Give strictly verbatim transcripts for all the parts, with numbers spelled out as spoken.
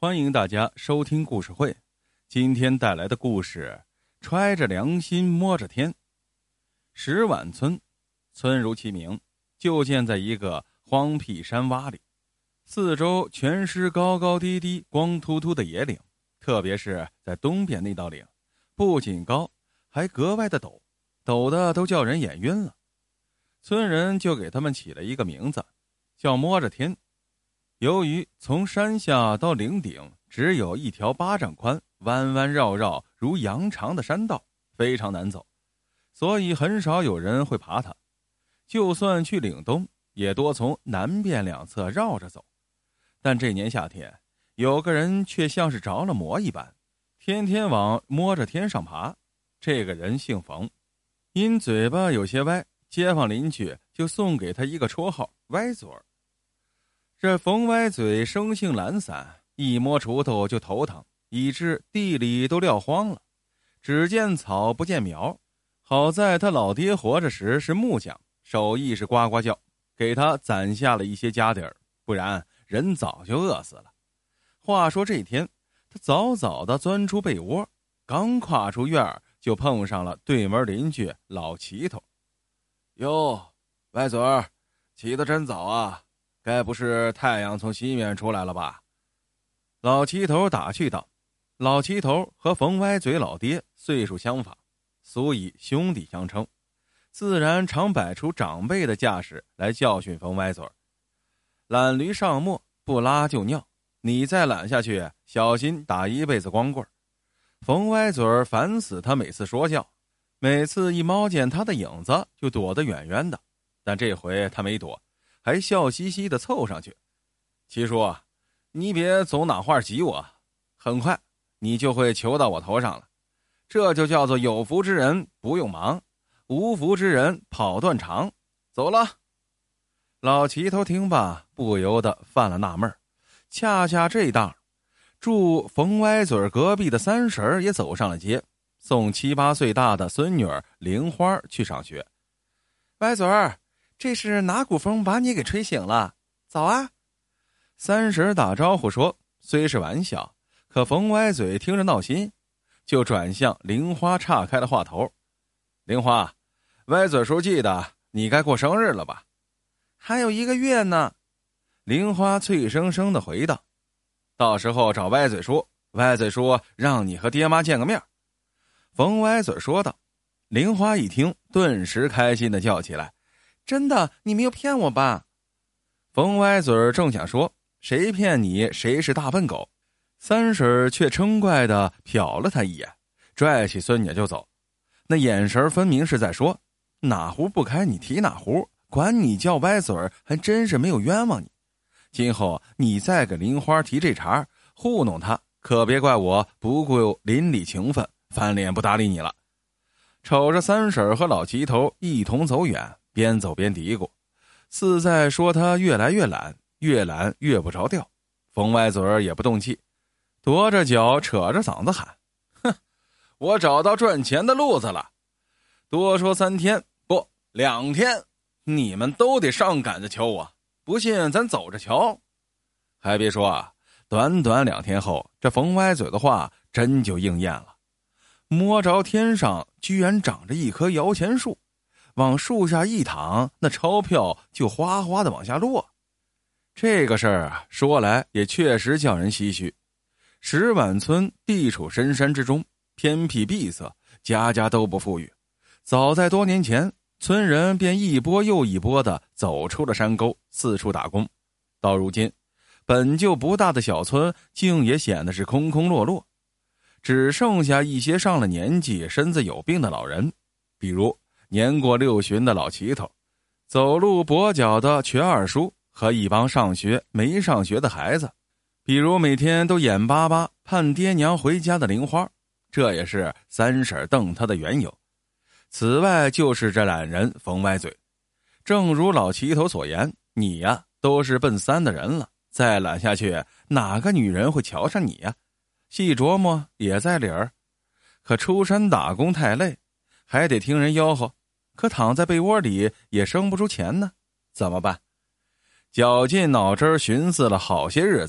欢迎大家收听故事会。今天带来的故事，揣着良心摸着天。石碗村，村如其名，就建在一个荒僻山洼里，四周全是高高低低、光秃秃的野岭，特别是在东边那道岭，不仅高，还格外的陡，陡的都叫人眼晕了。村人就给他们起了一个名字，叫摸着天。由于从山下到岭顶只有一条巴掌宽、弯弯绕绕如羊肠的山道，非常难走，所以很少有人会爬它。就算去岭东，也多从南边两侧绕着走。但这年夏天，有个人却像是着了魔一般，天天往摸着天上爬。这个人姓冯，因嘴巴有些歪，街坊邻居就送给他一个绰号“歪嘴儿”。这冯歪嘴生性懒散，一摸锄头就头疼，以致地里都撂荒了，只见草不见苗。好在他老爹活着时是木匠，手艺是呱呱叫，给他攒下了一些家底儿，不然人早就饿死了。话说这天，他早早地钻出被窝，刚跨出院儿，就碰上了对门邻居老齐头。 哟，歪嘴儿，起得真早啊，该不是太阳从西面出来了吧？ 老齐头打趣道。老齐头和冯歪嘴老爹岁数相仿，俗以兄弟相称，自然常摆出长辈的架势来教训冯歪嘴儿。懒驴上磨，不拉就尿，你再懒下去，小心打一辈子光棍。冯歪嘴儿烦死他每次说教，每次一猫见他的影子就躲得远远的，但这回他没躲，还笑嘻嘻地凑上去。齐叔，你别总拿话挤我，很快你就会求到我头上了。这就叫做有福之人不用忙，无福之人跑断肠。走了。老齐头听罢，不由得犯了纳闷，恰恰这当，住冯歪嘴隔壁的三婶也走上了街，送七八岁大的孙女儿玲花去上学。歪嘴儿，这是哪股风把你给吹醒了？早啊！三婶打招呼说，虽是玩笑，可冯歪嘴听着闹心，就转向玲花岔开了话头。玲花，歪嘴叔记得你该过生日了吧？还有一个月呢。玲花脆生生地回道。到时候找歪嘴叔，歪嘴叔让你和爹妈见个面。冯歪嘴说道。玲花一听，顿时开心地叫起来，真的，你没有骗我吧？冯歪嘴正想说，谁骗你谁是大笨狗，三婶却嗔怪地瞟了他一眼，拽起孙女就走。那眼神分明是在说，哪壶不开你提哪壶，管你叫歪嘴还真是没有冤枉你。今后你再给玲花提这茬，糊弄她，可别怪我不顾邻里情分，翻脸不搭理你了。瞅着三婶和老齐头一同走远，边走边嘀咕，似在说他越来越懒，越懒越不着调。冯歪嘴儿也不动气，跺着脚扯着嗓子喊，哼，我找到赚钱的路子了，多说三天不两天，你们都得上赶着瞧我，不信咱走着瞧。还别说啊，短短两天后，这冯歪嘴的话真就应验了。摸着天上居然长着一棵摇钱树，往树下一躺，那钞票就哗哗的往下落。这个事儿啊，说来也确实叫人唏嘘。石碗村地处深山之中，偏僻闭塞，家家都不富裕。早在多年前，村人便一波又一波的走出了山沟，四处打工。到如今，本就不大的小村竟也显得是空空落落，只剩下一些上了年纪、身子有病的老人，比如年过六旬的老齐头，走路跛脚的瘸二叔，和一帮上学没上学的孩子，比如每天都眼巴巴盼爹娘回家的玲花，这也是三婶瞪他的缘由。此外就是这懒人冯歪嘴，正如老齐头所言，你呀都是奔三的人了，再懒下去，哪个女人会瞧上你呀？细琢磨也在理儿，可出山打工太累，还得听人吆喝，可躺在被窝里也生不出钱呢，怎么办？绞尽脑汁寻思了好些日子，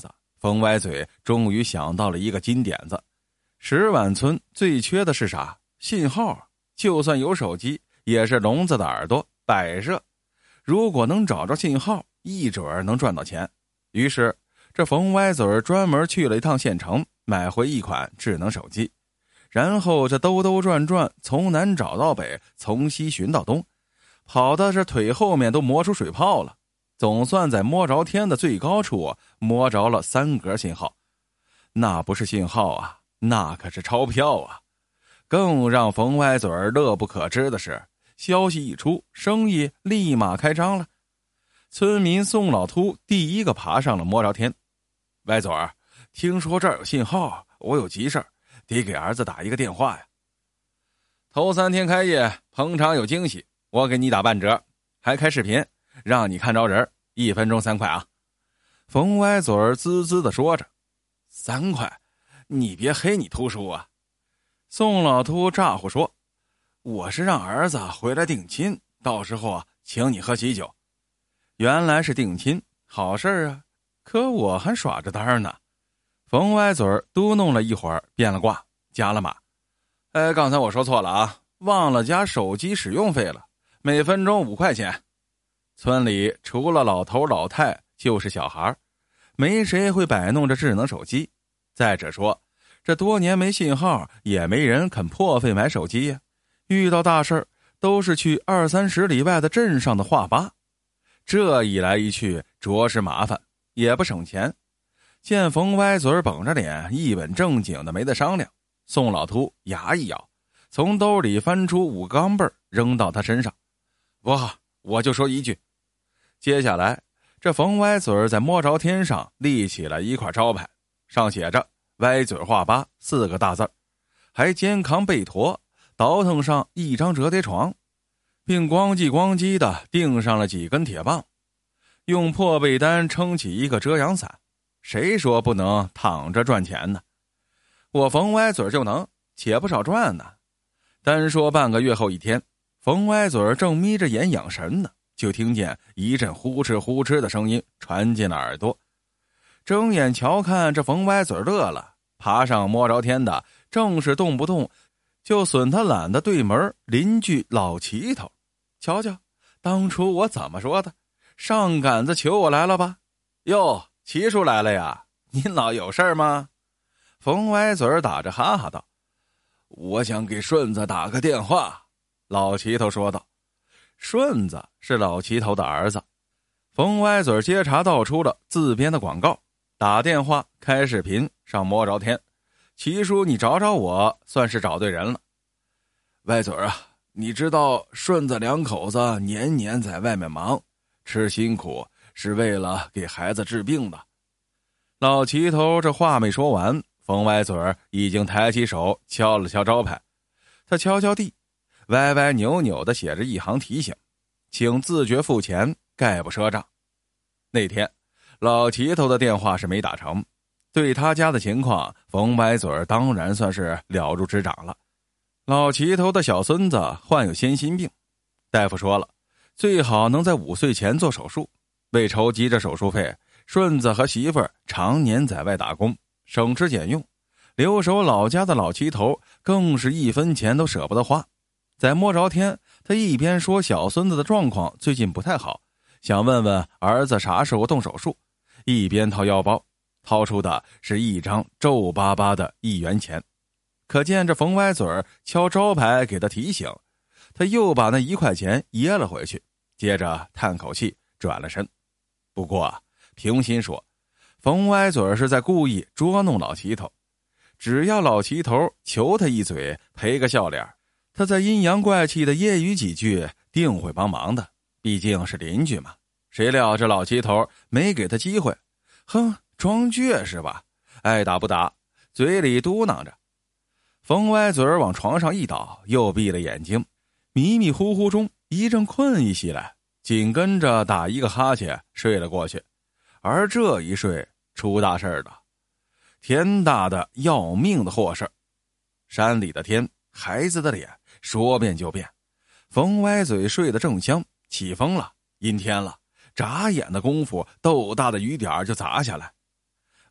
冯歪嘴终于想到了一个金点子。石碗村最缺的是啥？信号。就算有手机，也是聋子的耳朵摆设。如果能找着信号，一准能赚到钱。于是这冯歪嘴专门去了一趟县城，买回一款智能手机，然后这兜兜转转，从南找到北，从西寻到东，跑的是腿后面都磨出水泡了。总算在摸着天的最高处摸着了三格信号。那不是信号啊，那可是钞票啊！更让冯歪嘴乐不可支的是，消息一出，生意立马开张了。村民宋老秃第一个爬上了摸着天。歪嘴儿，听说这儿有信号，我有急事儿，得给儿子打一个电话呀。头三天开业，捧场有惊喜，我给你打半折，还开视频，让你看着人，一分钟三块啊。冯歪嘴儿滋滋地说着。三块？你别黑你秃叔啊。宋老秃咋呼说，我是让儿子回来定亲，到时候啊，请你喝喜酒。原来是定亲，好事啊，可我还耍着单呢。冯歪嘴嘟哝了一会儿，变了卦，加了码。哎，刚才我说错了啊，忘了加手机使用费了，每分钟五块钱。村里除了老头老太就是小孩，没谁会摆弄着智能手机。再者说，这多年没信号，也没人肯破费买手机呀。遇到大事都是去二三十里外的镇上的话吧。这一来一去，着实麻烦，也不省钱。见冯歪嘴绷着脸，一本正经的没得商量，宋老秃牙一咬，从兜里翻出五个钢镚扔到他身上。不好，我就说一句。接下来，这冯歪嘴在摸着天上立起了一块招牌，上写着歪嘴画吧四个大字，还肩扛背驮，倒腾上一张折叠床，并咣叽咣叽的钉上了几根铁棒，用破被单撑起一个遮阳伞。谁说不能躺着赚钱呢？我冯歪嘴就能，且不少赚呢。单说半个月后一天，冯歪嘴正眯着眼养神呢，就听见一阵呼哧呼哧的声音传进了耳朵。睁眼瞧看，这冯歪嘴乐了，爬上摸着天的正是动不动就损他懒的对门邻居老齐头。瞧瞧，当初我怎么说的？上杆子求我来了吧？哟，齐叔来了呀，您老有事儿吗？冯歪嘴打着哈哈道。我想给顺子打个电话。老齐头说道。顺子是老齐头的儿子。冯歪嘴接茬道出了自编的广告，打电话开视频上摸着天。齐叔你找找我，算是找对人了。歪嘴啊，你知道顺子两口子年年在外面忙，吃辛苦是为了给孩子治病的。老齐头这话没说完，冯歪嘴已经抬起手敲了敲招牌。他敲敲地，歪歪扭扭的写着一行提醒，请自觉付钱，概不赊账。那天老齐头的电话是没打成，对他家的情况，冯歪嘴当然算是了如指掌了。老齐头的小孙子患有先心病，大夫说了，最好能在五岁前做手术。为筹集着手术费，顺子和媳妇儿常年在外打工，省吃俭用。留守老家的老齐头更是一分钱都舍不得花。在摸着天，他一边说小孙子的状况最近不太好，想问问儿子啥时候动手术，一边掏腰包，掏出的是一张皱巴巴的一元钱。可见这冯歪嘴敲招牌给他提醒，他又把那一块钱掖了回去，接着叹口气转了身。不过平心说，冯歪嘴是在故意捉弄老齐头，只要老齐头求他一嘴赔个笑脸，他在阴阳怪气的揶揄几句定会帮忙的，毕竟是邻居嘛。谁料这老齐头没给他机会，哼，装倔是吧？爱打不打，嘴里嘟囔着。冯歪嘴往床上一倒，又闭了眼睛，迷迷糊糊中一阵困意袭来，紧跟着打一个哈欠睡了过去。而这一睡出大事了，天大的要命的祸事。山里的天，孩子的脸，说变就变。冯歪嘴睡得正香，起风了，阴天了，眨眼的功夫，豆大的雨点就砸下来。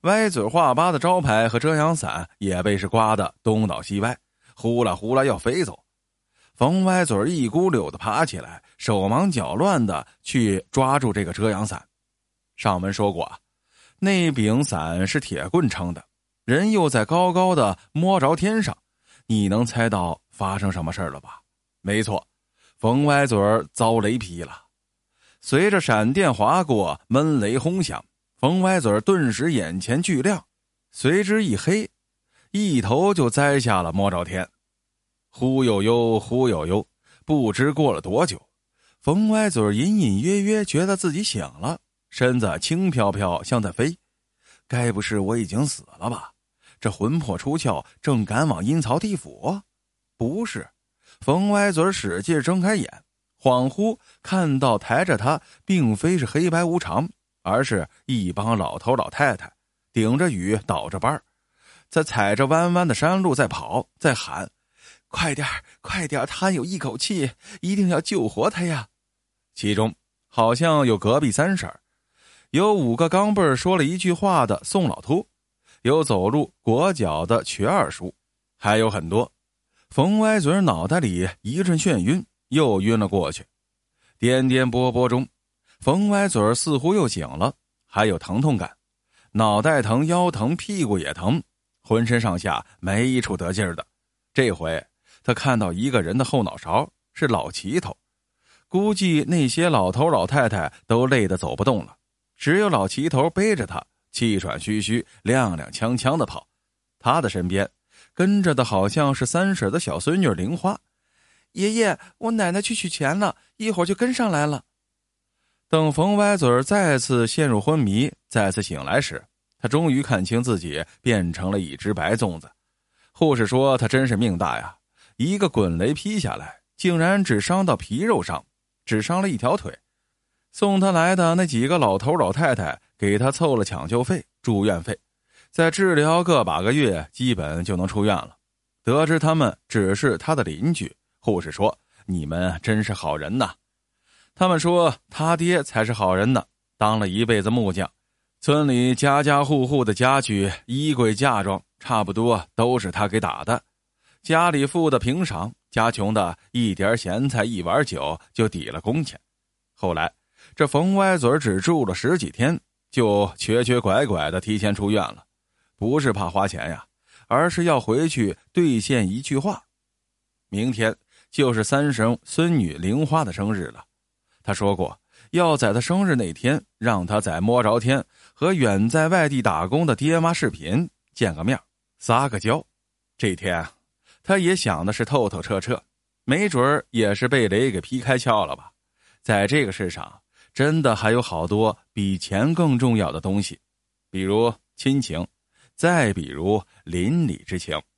歪嘴话八的招牌和遮阳伞也被是刮得东倒西歪，呼啦呼啦要飞走。冯歪嘴一咕溜的爬起来，手忙脚乱的去抓住这个遮阳伞。上文说过啊，那柄伞是铁棍撑的，人又在高高的摸着天上，你能猜到发生什么事了吧？没错，冯歪嘴遭雷劈了。随着闪电划过，闷雷轰响，冯歪嘴顿时眼前巨亮，随之一黑，一头就栽下了摸着天。忽悠悠忽悠悠，不知过了多久，冯歪嘴隐隐约约觉得自己醒了，身子轻飘飘像在飞。该不是我已经死了吧？这魂魄出窍，正赶往阴曹地府？不是。冯歪嘴使劲睁开眼，恍惚看到抬着他并非是黑白无常，而是一帮老头老太太，顶着雨倒着班，在踩着弯弯的山路在跑，在喊：快点快点，他有一口气，一定要救活他呀！其中好像有隔壁三婶，有五个钢镚说了一句话的宋老秃，有走路裹脚的瘸二叔，还有很多。冯歪嘴脑袋里一阵眩晕，又晕了过去。颠颠簸簸中，冯歪嘴似乎又醒了，还有疼痛感，脑袋疼，腰疼，屁股也疼，浑身上下没一处得劲儿的。这回他看到一个人的后脑勺，是老齐头。估计那些老头老太太都累得走不动了，只有老齐头背着他，气喘吁吁，踉踉跄跄的跑。他的身边跟着的好像是三婶的小孙女玲花。爷爷，我奶奶去取钱了，一会儿就跟上来了。等冯歪嘴再次陷入昏迷，再次醒来时，他终于看清自己变成了一只白粽子。护士说他真是命大呀，一个滚雷劈下来，竟然只伤到皮肉上，只伤了一条腿。送他来的那几个老头老太太给他凑了抢救费、住院费，再治疗个把个月，基本就能出院了。得知他们只是他的邻居，护士说：你们真是好人呐。他们说他爹才是好人呢，当了一辈子木匠，村里家家户户的家具、衣柜、嫁妆差不多都是他给打的。家里富的平赏，家穷的一点咸菜一碗酒就抵了工钱。后来这冯歪嘴只住了十几天，就瘸瘸拐拐的提前出院了。不是怕花钱呀，而是要回去兑现一句话。明天就是三婶孙女玲花的生日了，他说过要在他生日那天让他在摸着天和远在外地打工的爹妈视频，见个面，撒个娇。这天他也想的是透透彻彻，没准儿也是被雷给劈开窍了吧。在这个世上真的还有好多比钱更重要的东西，比如亲情，再比如邻里之情。